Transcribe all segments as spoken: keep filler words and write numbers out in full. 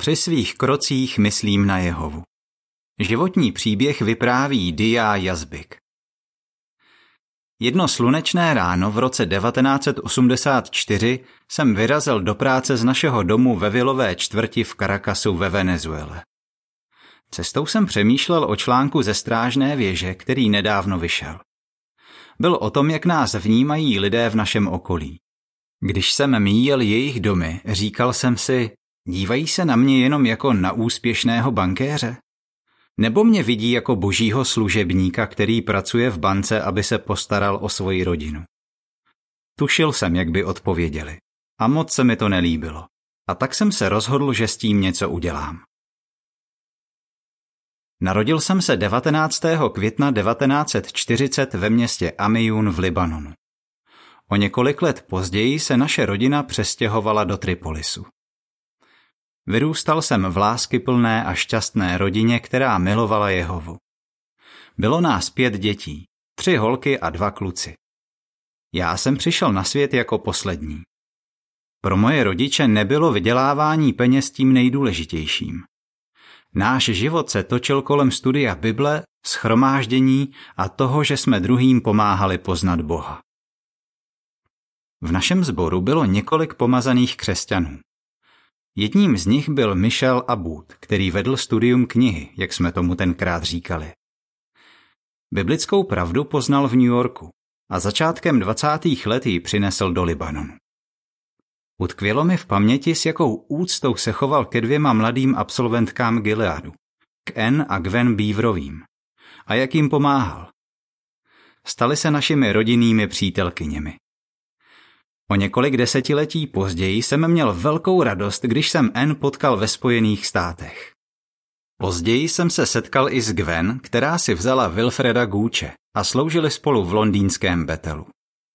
při svých krocích myslím na Jehovu. Životní příběh vypráví Dia Yazbek. Jedno slunečné ráno v roce devatenáct set osmdesát čtyři jsem vyrazil do práce z našeho domu ve vilové čtvrti v Caracasu ve Venezuele. Cestou jsem přemýšlel o článku ze Strážné věže, který nedávno vyšel. Byl o tom, jak nás vnímají lidé v našem okolí. Když jsem míjel jejich domy, říkal jsem si, dívají se na mě jenom jako na úspěšného bankéře? Nebo mě vidí jako božího služebníka, který pracuje v bance, aby se postaral o svoji rodinu? Tušil jsem, jak by odpověděli. A moc se mi to nelíbilo. A tak jsem se rozhodl, že s tím něco udělám. Narodil jsem se devatenáctého května devatenáct set čtyřicet ve městě Amijun v Libanonu. O několik let později se naše rodina přestěhovala do Tripolisu. Vyrůstal jsem v láskyplné a šťastné rodině, která milovala Jehovu. Bylo nás pět dětí, tři holky a dva kluci. Já jsem přišel na svět jako poslední. Pro moje rodiče nebylo vydělávání peněz tím nejdůležitějším. Náš život se točil kolem studia Bible, shromáždění a toho, že jsme druhým pomáhali poznat Boha. V našem sboru bylo několik pomazaných křesťanů. Jedním z nich byl Michel Abud, který vedl studium knihy, jak jsme tomu tenkrát říkali. Biblickou pravdu poznal v New Yorku a začátkem dvacátých let ji přinesl do Libanonu. Utkvělo mi v paměti, s jakou úctou se choval ke dvěma mladým absolventkám Gileadu, k Ann a Gwen Beaverovým, a jak jim pomáhal. Stali se našimi rodinnými přítelkyněmi. O několik desetiletí později jsem měl velkou radost, když jsem Ann potkal ve Spojených státech. Později jsem se setkal i s Gwen, která si vzala Wilfreda Gouche a sloužili spolu v londýnském Bethelu.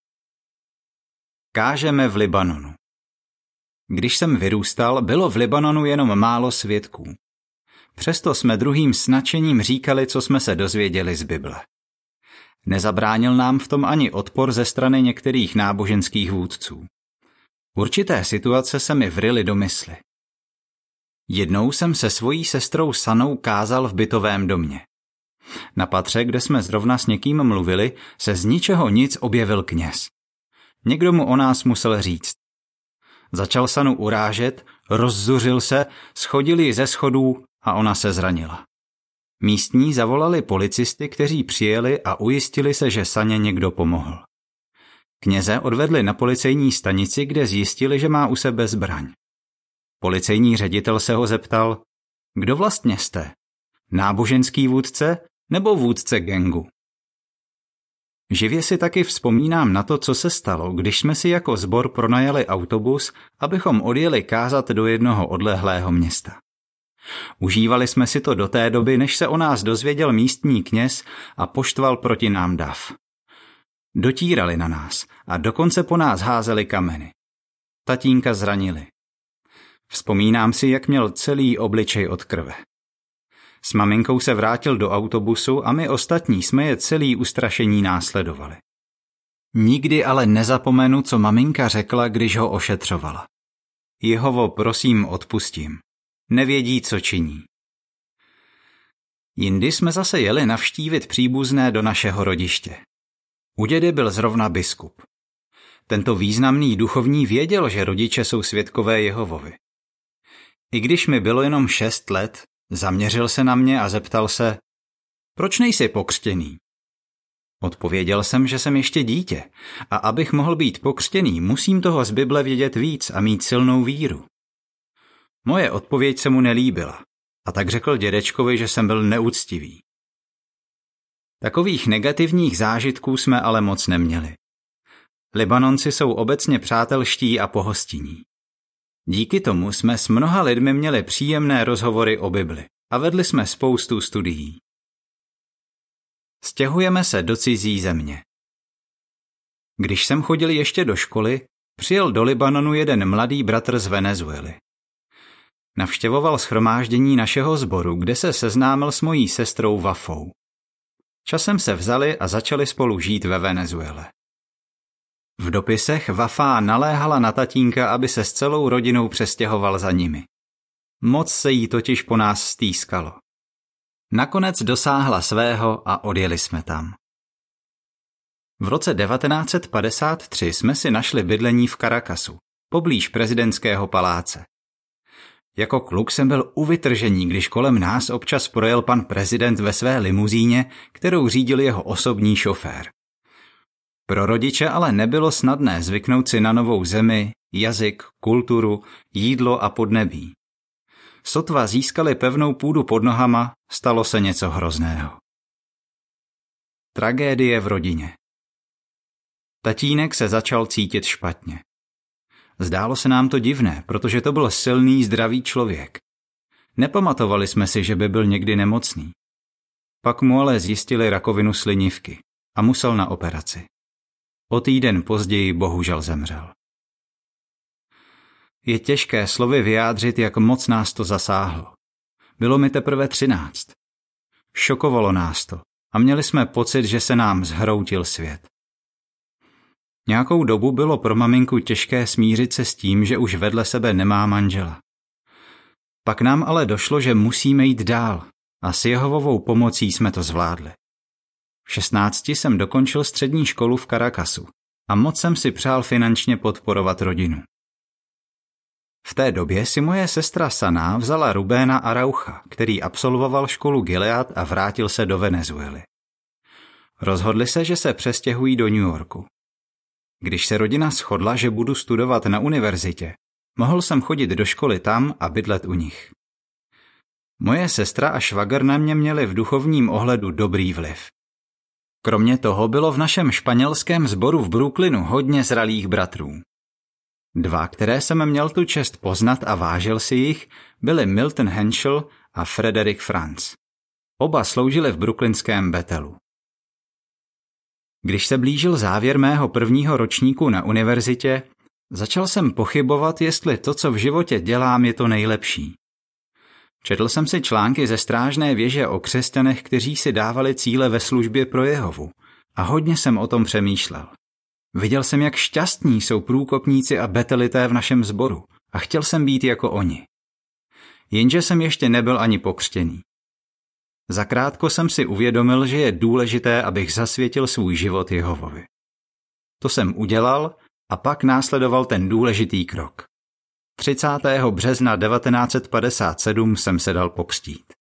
Kážeme v Libanonu. Když jsem vyrůstal, bylo v Libanonu jenom málo svědků. Přesto jsme druhým s nadšením říkali, co jsme se dozvěděli z Bible. Nezabránil nám v tom ani odpor ze strany některých náboženských vůdců. Určité situace se mi vryly do mysli. Jednou jsem se svojí sestrou Sanou kázal v bytovém domě. Na patře, kde jsme zrovna s někým mluvili, se z ničeho nic objevil kněz. Někdo mu o nás musel říct. Začal Sanu urážet, rozzuřil se, schodil ji ze schodů a ona se zranila. Místní zavolali policisty, kteří přijeli a ujistili se, že Saně někdo pomohl. Kněze odvedli na policejní stanici, kde zjistili, že má u sebe zbraň. Policejní ředitel se ho zeptal, kdo vlastně jste? Náboženský vůdce nebo vůdce gangu? Živě si taky vzpomínám na to, co se stalo, když jsme si jako sbor pronajali autobus, abychom odjeli kázat do jednoho odlehlého města. Užívali jsme si to do té doby, než se o nás dozvěděl místní kněz a poštval proti nám dav. Dotírali na nás a dokonce po nás házeli kameny. Tatínka zranili. Vzpomínám si, jak měl celý obličej od krve. S maminkou se vrátil do autobusu a my ostatní jsme je celý ustrašení následovali. Nikdy ale nezapomenu, co maminka řekla, když ho ošetřovala. Jehovo, prosím, odpustím. Nevědí, co činí. Jindy jsme zase jeli navštívit příbuzné do našeho rodiště. U dědy byl zrovna biskup. Tento významný duchovní věděl, že rodiče jsou svědkové Jehovovi. I když mi bylo jenom šest let, zaměřil se na mě a zeptal se, proč nejsi pokřtěný? Odpověděl jsem, že jsem ještě dítě a abych mohl být pokřtěný, musím toho z Bible vědět víc a mít silnou víru. Moje odpověď se mu nelíbila a tak řekl dědečkovi, že jsem byl neúctivý. Takových negativních zážitků jsme ale moc neměli. Libanonci jsou obecně přátelští a pohostinní. Díky tomu jsme s mnoha lidmi měli příjemné rozhovory o Bibli a vedli jsme spoustu studií. Stěhujeme se do cizí země. Když jsem chodil ještě do školy, přijel do Libanonu jeden mladý bratr z Venezuely. Navštěvoval shromáždění našeho sboru, kde se seznámil s mojí sestrou Wafou. Časem se vzali a začali spolu žít ve Venezuele. V dopisech Wafa naléhala na tatínka, aby se s celou rodinou přestěhoval za nimi. Moc se jí totiž po nás stýskalo. Nakonec dosáhla svého a odjeli jsme tam. V roce devatenáct set padesát tři jsme si našli bydlení v Caracasu, poblíž prezidentského paláce. Jako kluk jsem byl u vytržení, když kolem nás občas projel pan prezident ve své limuzíně, kterou řídil jeho osobní šofér. Pro rodiče ale nebylo snadné zvyknout si na novou zemi, jazyk, kulturu, jídlo a podnebí. Sotva získali pevnou půdu pod nohama, stalo se něco hrozného. Tragédie v rodině. Tatínek se začal cítit špatně. Zdálo se nám to divné, protože to byl silný, zdravý člověk. Nepamatovali jsme si, že by byl někdy nemocný. Pak mu ale zjistili rakovinu slinivky a musel na operaci. O týden později bohužel zemřel. Je těžké slovy vyjádřit, jak moc nás to zasáhlo. Bylo mi teprve třináct. Šokovalo nás to a měli jsme pocit, že se nám zhroutil svět. Nějakou dobu bylo pro maminku těžké smířit se s tím, že už vedle sebe nemá manžela. Pak nám ale došlo, že musíme jít dál a s Jehovovou pomocí jsme to zvládli. V šestnácti jsem dokončil střední školu v Caracasu a moc jsem si přál finančně podporovat rodinu. V té době si moje sestra Sana vzala Rubéna Araucha, který absolvoval školu Gilead a vrátil se do Venezuely. Rozhodli se, že se přestěhují do New Yorku. Když se rodina shodla, že budu studovat na univerzitě, mohl jsem chodit do školy tam a bydlet u nich. Moje sestra a švagr na mě měli v duchovním ohledu dobrý vliv. Kromě toho bylo v našem španělském sboru v Brooklynu hodně zralých bratrů. Dva, které jsem měl tu čest poznat a vážil si jich, byli Milton Henschel a Frederick Franz. Oba sloužili v brooklynském Bethelu. Když se blížil závěr mého prvního ročníku na univerzitě, začal jsem pochybovat, jestli to, co v životě dělám, je to nejlepší. Četl jsem si články ze Strážné věže o křesťanech, kteří si dávali cíle ve službě pro Jehovu, a hodně jsem o tom přemýšlel. Viděl jsem, jak šťastní jsou průkopníci a betelité v našem sboru a chtěl jsem být jako oni. Jenže jsem ještě nebyl ani pokřtěný. Zakrátko jsem si uvědomil, že je důležité, abych zasvětil svůj život Jehovovi. To jsem udělal a pak následoval ten důležitý krok. třicátého března devatenáct set padesát sedm jsem se dal pokřtít.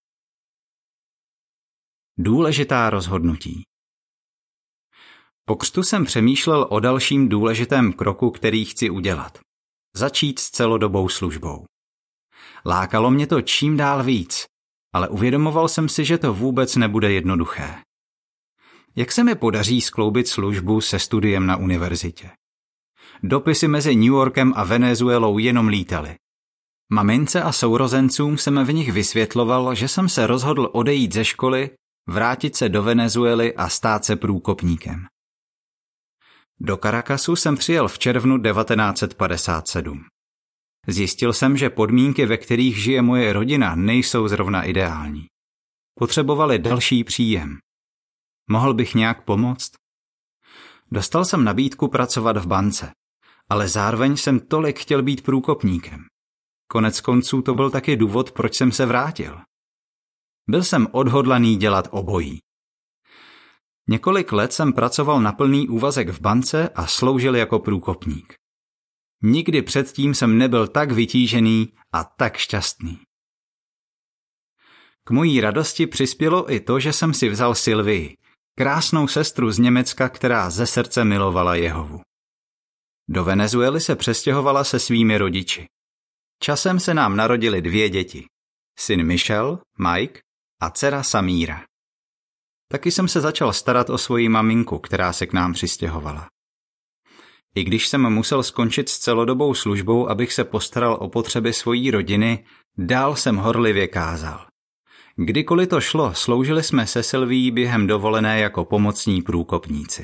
Důležitá rozhodnutí. Po křtu jsem přemýšlel o dalším důležitém kroku, který chci udělat. Začít s celodobou službou. Lákalo mě to čím dál víc, ale uvědomoval jsem si, že to vůbec nebude jednoduché. Jak se mi podaří skloubit službu se studiem na univerzitě? Dopisy mezi New Yorkem a Venezuelou jenom lítaly. Mamince a sourozencům jsem v nich vysvětloval, že jsem se rozhodl odejít ze školy, vrátit se do Venezuely a stát se průkopníkem. Do Caracasu jsem přijel v červnu devatenáct set padesát sedm. Zjistil jsem, že podmínky, ve kterých žije moje rodina, nejsou zrovna ideální. Potřebovali další příjem. Mohl bych nějak pomoct? Dostal jsem nabídku pracovat v bance, ale zároveň jsem tolik chtěl být průkopníkem. Konec konců to byl taky důvod, proč jsem se vrátil. Byl jsem odhodlaný dělat obojí. Několik let jsem pracoval na plný úvazek v bance a sloužil jako průkopník. Nikdy předtím jsem nebyl tak vytížený a tak šťastný. K mojí radosti přispělo i to, že jsem si vzal Sylvii, krásnou sestru z Německa, která ze srdce milovala Jehovu. Do Venezuely se přestěhovala se svými rodiči. Časem se nám narodily dvě děti. Syn Michel, Mike a dcera Samíra. Taky jsem se začal starat o svoji maminku, která se k nám přistěhovala. I když jsem musel skončit s celodobou službou, abych se postaral o potřeby svojí rodiny, dál jsem horlivě kázal. Kdykoliv to šlo, sloužili jsme se Sylvií během dovolené jako pomocní průkopníci.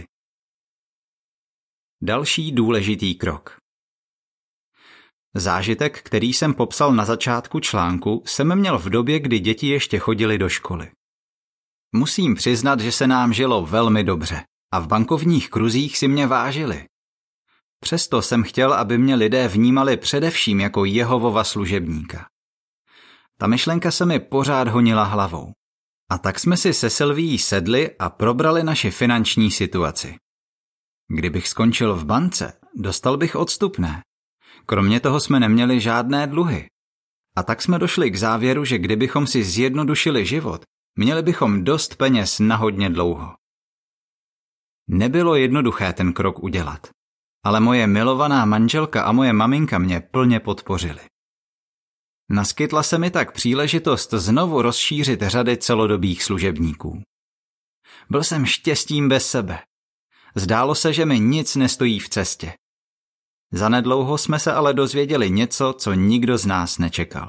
Další důležitý krok. Zážitek, který jsem popsal na začátku článku, jsem měl v době, kdy děti ještě chodily do školy. Musím přiznat, že se nám žilo velmi dobře a v bankovních kruzích si mě vážili. Přesto jsem chtěl, aby mě lidé vnímali především jako Jehovova služebníka. Ta myšlenka se mi pořád honila hlavou. A tak jsme si se Sylvií sedli a probrali naši finanční situaci. Kdybych skončil v bance, dostal bych odstupné. Kromě toho jsme neměli žádné dluhy. A tak jsme došli k závěru, že kdybychom si zjednodušili život, měli bychom dost peněz na hodně dlouho. Nebylo jednoduché ten krok udělat, ale moje milovaná manželka a moje maminka mě plně podpořily. Naskytla se mi tak příležitost znovu rozšířit řady celodobých služebníků. Byl jsem štěstím bez sebe. Zdálo se, že mi nic nestojí v cestě. Zanedlouho jsme se ale dozvěděli něco, co nikdo z nás nečekal.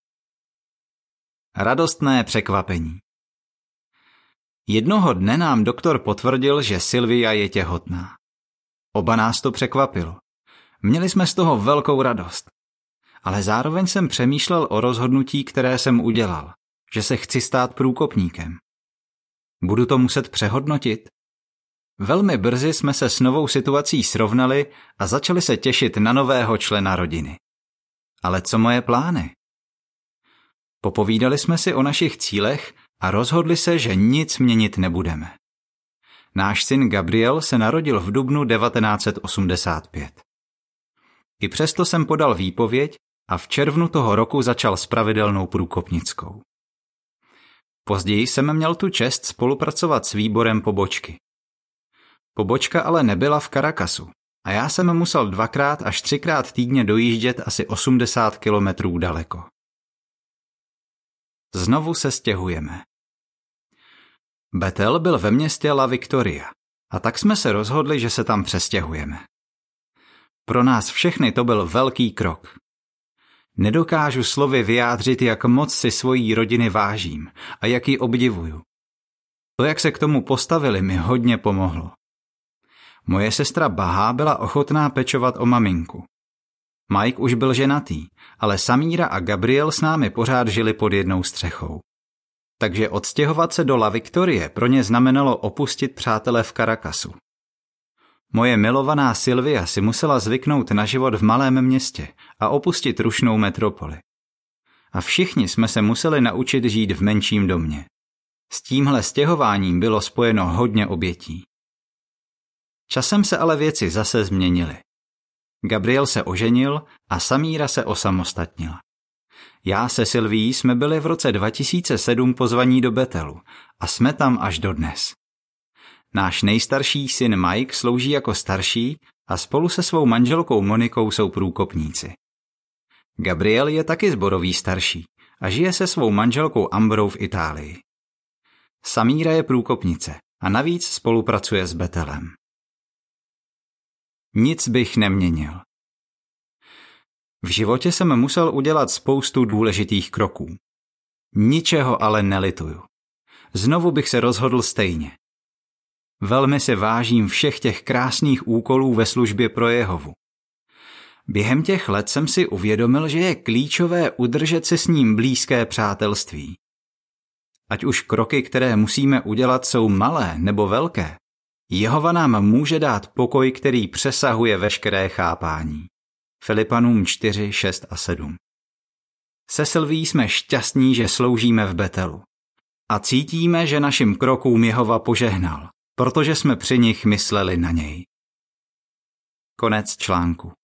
Radostné překvapení. Jednoho dne nám doktor potvrdil, že Sylvia je těhotná. Oba nás to překvapilo. Měli jsme z toho velkou radost. Ale zároveň jsem přemýšlel o rozhodnutí, které jsem udělal, že se chci stát průkopníkem. Budu to muset přehodnotit? Velmi brzy jsme se s novou situací srovnali a začali se těšit na nového člena rodiny. Ale co moje plány? Popovídali jsme si o našich cílech a rozhodli se, že nic měnit nebudeme. Náš syn Gabriel se narodil v dubnu devatenáct set osmdesát pět. I přesto jsem podal výpověď a v červnu toho roku začal s pravidelnou průkopnickou. Později jsem měl tu čest spolupracovat s výborem pobočky. Pobočka ale nebyla v Caracasu a já jsem musel dvakrát až třikrát týdně dojíždět asi osmdesát kilometrů daleko. Znovu se stěhujeme. Bethel byl ve městě La Victoria a tak jsme se rozhodli, že se tam přestěhujeme. Pro nás všechny to byl velký krok. Nedokážu slovy vyjádřit, jak moc si svojí rodiny vážím a jak ji obdivuju. To, jak se k tomu postavili, mi hodně pomohlo. Moje sestra Bahá byla ochotná pečovat o maminku. Mike už byl ženatý, ale Samíra a Gabriel s námi pořád žili pod jednou střechou. Takže odstěhovat se do La Victorie pro ně znamenalo opustit přátele v Caracasu. Moje milovaná Sylvia si musela zvyknout na život v malém městě a opustit rušnou metropoli. A všichni jsme se museli naučit žít v menším domě. S tímhle stěhováním bylo spojeno hodně obětí. Časem se ale věci zase změnily. Gabriel se oženil a Samíra se osamostatnila. Já se Sylvií jsme byli v roce dva tisíce sedm pozvaní do Bethelu a jsme tam až dodnes. Náš nejstarší syn Mike slouží jako starší a spolu se svou manželkou Monikou jsou průkopníci. Gabriel je taky sborový starší a žije se svou manželkou Ambrou v Itálii. Samíra je průkopnice a navíc spolupracuje s Bethelem. Nic bych neměnil. V životě jsem musel udělat spoustu důležitých kroků. Ničeho ale nelituju. Znovu bych se rozhodl stejně. Velmi si vážím všech těch krásných úkolů ve službě pro Jehovu. Během těch let jsem si uvědomil, že je klíčové udržet se s ním blízké přátelství. Ať už kroky, které musíme udělat, jsou malé nebo velké, Jehova nám může dát pokoj, který přesahuje veškeré chápání. Filipanům čtyři, šest a sedm. Se Sylvií jsme šťastní, že sloužíme v Bethelu. A cítíme, že našim krokům Jehova požehnal, protože jsme při nich mysleli na něj. Konec článku.